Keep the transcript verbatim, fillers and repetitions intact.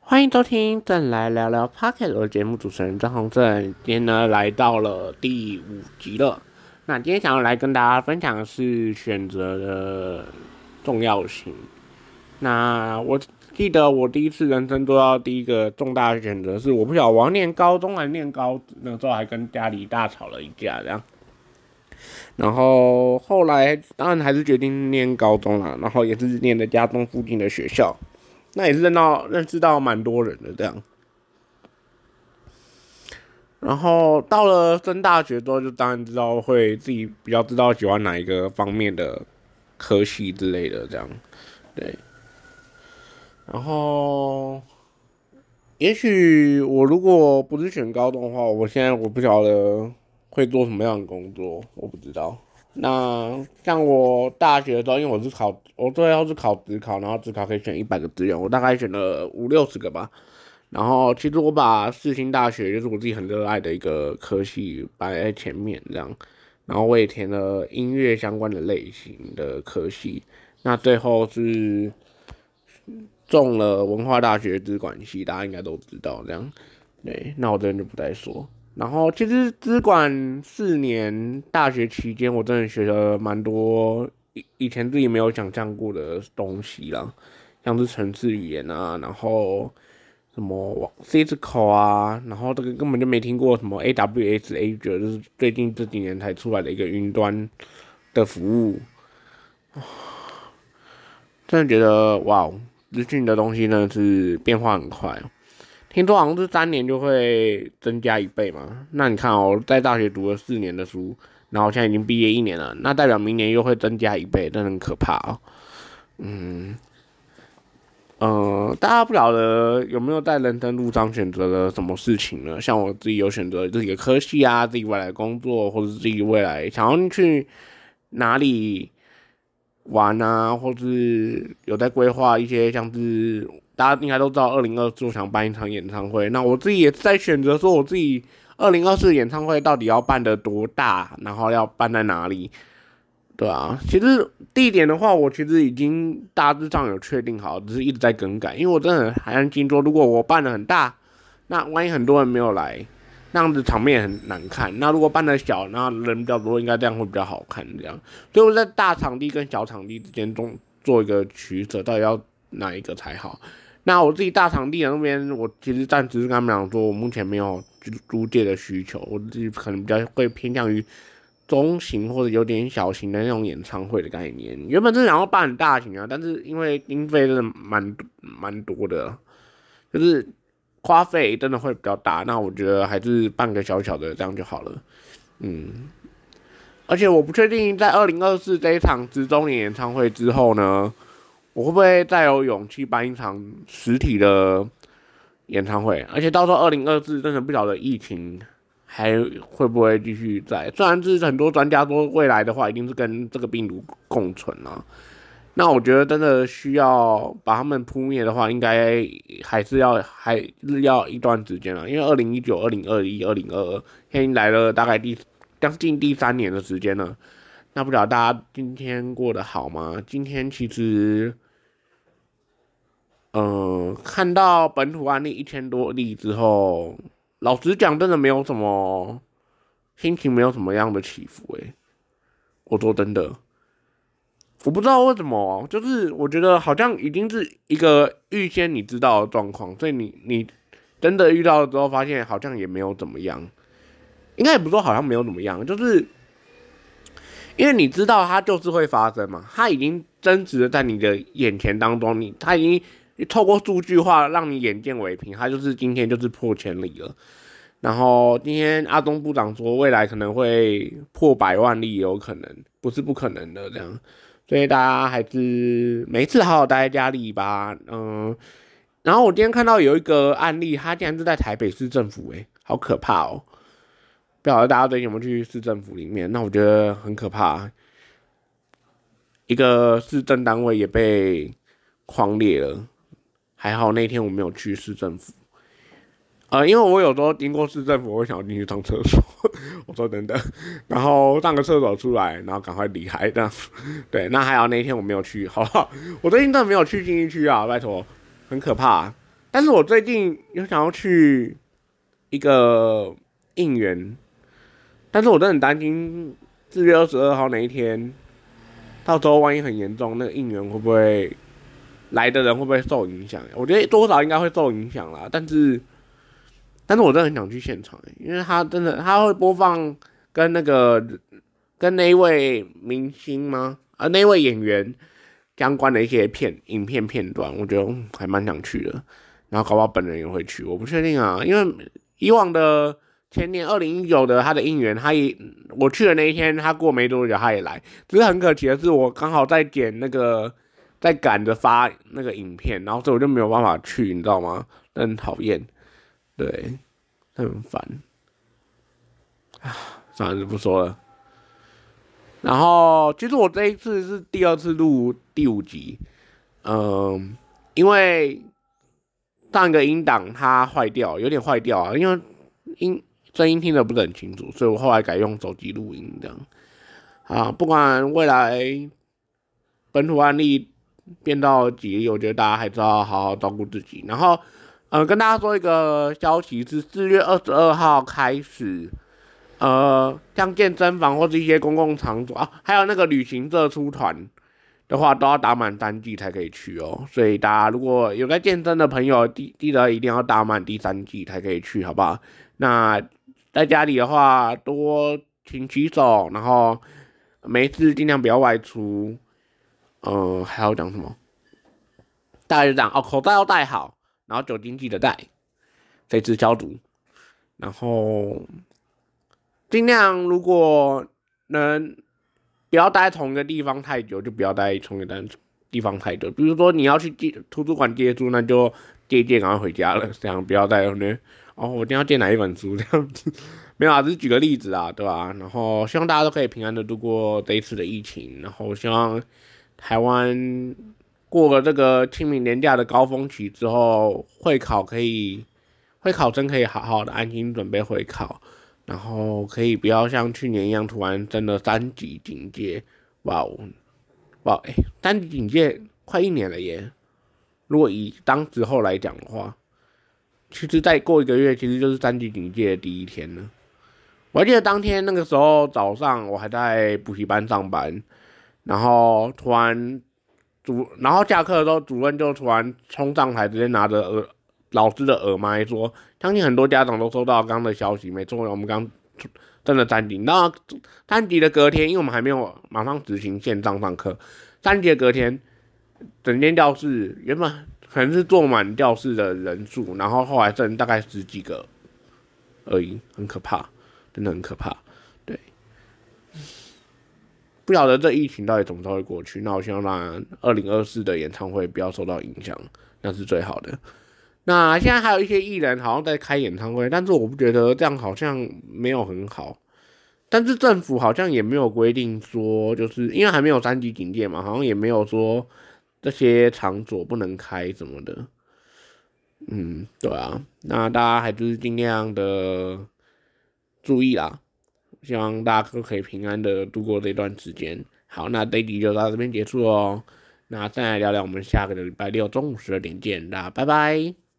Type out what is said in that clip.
欢迎收听正来聊聊 Podcast 的节目，主持人张宏正。今天呢来到了第五集了。那今天想要来跟大家分享的是选择的重要性。那我记得我第一次人生做到第一个重大的选择是，我不晓得我要念高中还是念高职，那时候还跟家里大吵了一架这样。然后后来当然还是决定念高中啦，然后也是念的家中附近的学校。那也是认到认识到蛮多人的这样，然后到了升大学之后，就当然知道会自己比较知道喜欢哪一个方面的科系之类的这样，对。然后，也许我如果不是选高中的话，我现在我不晓得会做什么样的工作，我不知道。那像我大学的时候，因为我是考，我最后是考职考，然后职考可以选一百个志愿，我大概选了五六十个吧。然后其实我把世新大学，就是我自己很热爱的一个科系摆在前面这样，然后我也填了音乐相关的类型的科系。那最后是中了文化大学资管系，大家应该都知道这样。对，那我这边就不再说。然后其实资管四年大学期间，我真的学了蛮多以以前自己没有想象过的东西啦，像是程式语言啊，然后什么 Cisco 啊，然后这个根本就没听过什么 A W S Azure，就是最近这几年才出来的一个云端的服务，真的觉得哇，资讯的东西真的是变化很快。听说好像是三年就会增加一倍嘛？那你看哦，在大学读了四年的书，然后现在已经毕业一年了，那代表明年又会增加一倍，真的很可怕哦。嗯，呃，大家不晓得有没有在人生路上选择了什么事情呢？像我自己有选择自己的科系啊，自己未来工作，或者自己未来想要去哪里玩啊，或是有在规划一些像是。大家应该都知道，二零二四我想办一场演唱会。那我自己也在选择说，我自己二零二四演唱会到底要办得多大，然后要办在哪里，对啊。其实地点的话，我其实已经大致上有确定好，只是一直在更改。因为我真的还担心说，如果我办得很大，那万一很多人没有来，那样子场面很难看。那如果办得小，那人比较多，应该这样会比较好看。这样，所以我在大场地跟小场地之间中做一个取舍，到底要哪一个才好？那我自己大场地的那边，我其实暂时是跟他们讲说，我目前没有租借的需求，我自己可能比较会偏向于中型或者有点小型的那种演唱会的概念。原本是想要办很大型啊，但是因为经费真的蛮蛮多的，就是花费真的会比较大。那我觉得还是办个小小的这样就好了。嗯，而且我不确定在二零二四这一场十周年演唱会之后呢。我会不会再有勇气办一场实体的演唱会？而且到时候二零二四真的不晓得疫情还会不会继续在？虽然是很多专家说未来的话一定是跟这个病毒共存啊，那我觉得真的需要把他们扑灭的话，应该还是要还是要一段时间了。因为二零一九、二零二一、二零二二现在已经来了大概第将近第三年的时间了。那不知道大家今天过得好吗？今天其实，嗯、呃，看到本土案例一千多例之后，老实讲，真的没有什么心情，没有什么样的起伏、欸。我说真的，我不知道为什么，就是我觉得好像已经是一个预先你知道的状况，所以你你真的遇到了之后，发现好像也没有怎么样。应该也不说好像没有怎么样，就是。因为你知道它就是会发生嘛，它已经真实的在你的眼前当中，你它已经透过数据化让你眼见为凭，它就是今天就是破千例了。然后今天阿中部长说未来可能会破百万例，也有可能，不是不可能的这样。所以大家还是每次好好待在家里吧，嗯。然后我今天看到有一个案例，他竟然是在台北市政府、欸，好可怕哦。不晓得大家最近有没有去市政府里面？那我觉得很可怕，一个市政单位也被匡列了。还好那天我没有去市政府，呃，因为我有时候经过市政府，我会想要进去上厕所。我说等等，然后上个厕所出来，然后赶快离开这样。对，那还好那天我没有去，好不好？我最近真的没有去信义区啊，拜托，很可怕、啊。 但是我最近有想要去一个应援，但是我真的很担心四月二十二号那一天，到时候万一很严重，那个应援会不会来的人会不会受影响？我觉得多少应该会受影响啦，但是，但是我真的很想去现场，因为他真的他会播放跟那个跟那一位明星吗？啊，那位演员相关的一些片影片片段，我觉得、嗯、还蛮想去的。然后搞不好本人也会去，我不确定啊，因为以往的前年二零一九的他的应援，他也我去的那一天，他过没多久他也来，只是很可惜的是，我刚好在剪那个在赶着发那个影片，然后所以我就没有办法去，你知道吗？很讨厌，对，很烦啊，算了就不说了。然后其实我这一次是第二次录第五集，嗯，因为上一个音档它坏掉，有点坏掉啊，因为音声音听得不是很清楚，所以我后来改用手机录音这样。啊，不管未来本土案例变到几例，我觉得大家还是要好好照顾自己。然后，呃，跟大家说一个消息是，四月二十二号开始，呃，像健身房或是一些公共场所啊，还有那个旅行社出团的话，都要打满三剂才可以去哦。所以大家如果有在健身的朋友，记记得一定要打满第三剂才可以去，好不好？那在家里的话，多勤洗手，然后没事尽量不要外出。呃，还要讲什么？大概就这样哦。口罩要戴好，然后酒精记得带，随时消毒。然后尽量如果能不要待在同一个地方太久，就不要待在同一个地方太久。比如说你要去图书馆借书，那就借一借，赶快回家了。这样不要在那哦，我一定要借哪一本书这样子。没有啊，只是举个例子啊，对吧？然后希望大家都可以平安的度过这一次的疫情，然后希望台湾过了这个清明年假的高峰期之后，会考可以会考生可以好好的安心准备会考。然后可以不要像去年一样突然真的三级警戒，哇哦，哇哎，三级警戒快一年了耶！如果以当时候来讲的话，其实再过一个月，其实就是三级警戒的第一天了。我还记得当天那个时候早上我还在补习班上班，然后突然主，然后下课的时候主任就突然冲上台，直接拿着耳老师的耳麦说，相信很多家长都收到刚刚的消息，没错，我们刚真的三级。那三级的隔天，因为我们还没有马上执行线上上课，三级的隔天，整间教室原本可能是坐满教室的人数，然后后来剩大概十几个而已，很可怕，真的很可怕。对，不晓得这疫情到底什么时候会过去。那我希望让二零二四的演唱会不要受到影响，那是最好的。那现在还有一些艺人好像在开演唱会，但是我不觉得这样好像没有很好。但是政府好像也没有规定说，就是因为还没有三级警戒嘛，好像也没有说这些场所不能开什么的。嗯，对啊，那大家还是尽量的注意啦，希望大家都可以平安的度过这段时间。好，那这一集就到这边结束哦。那再来聊聊我们下个礼拜六中午十二点见，大家拜拜。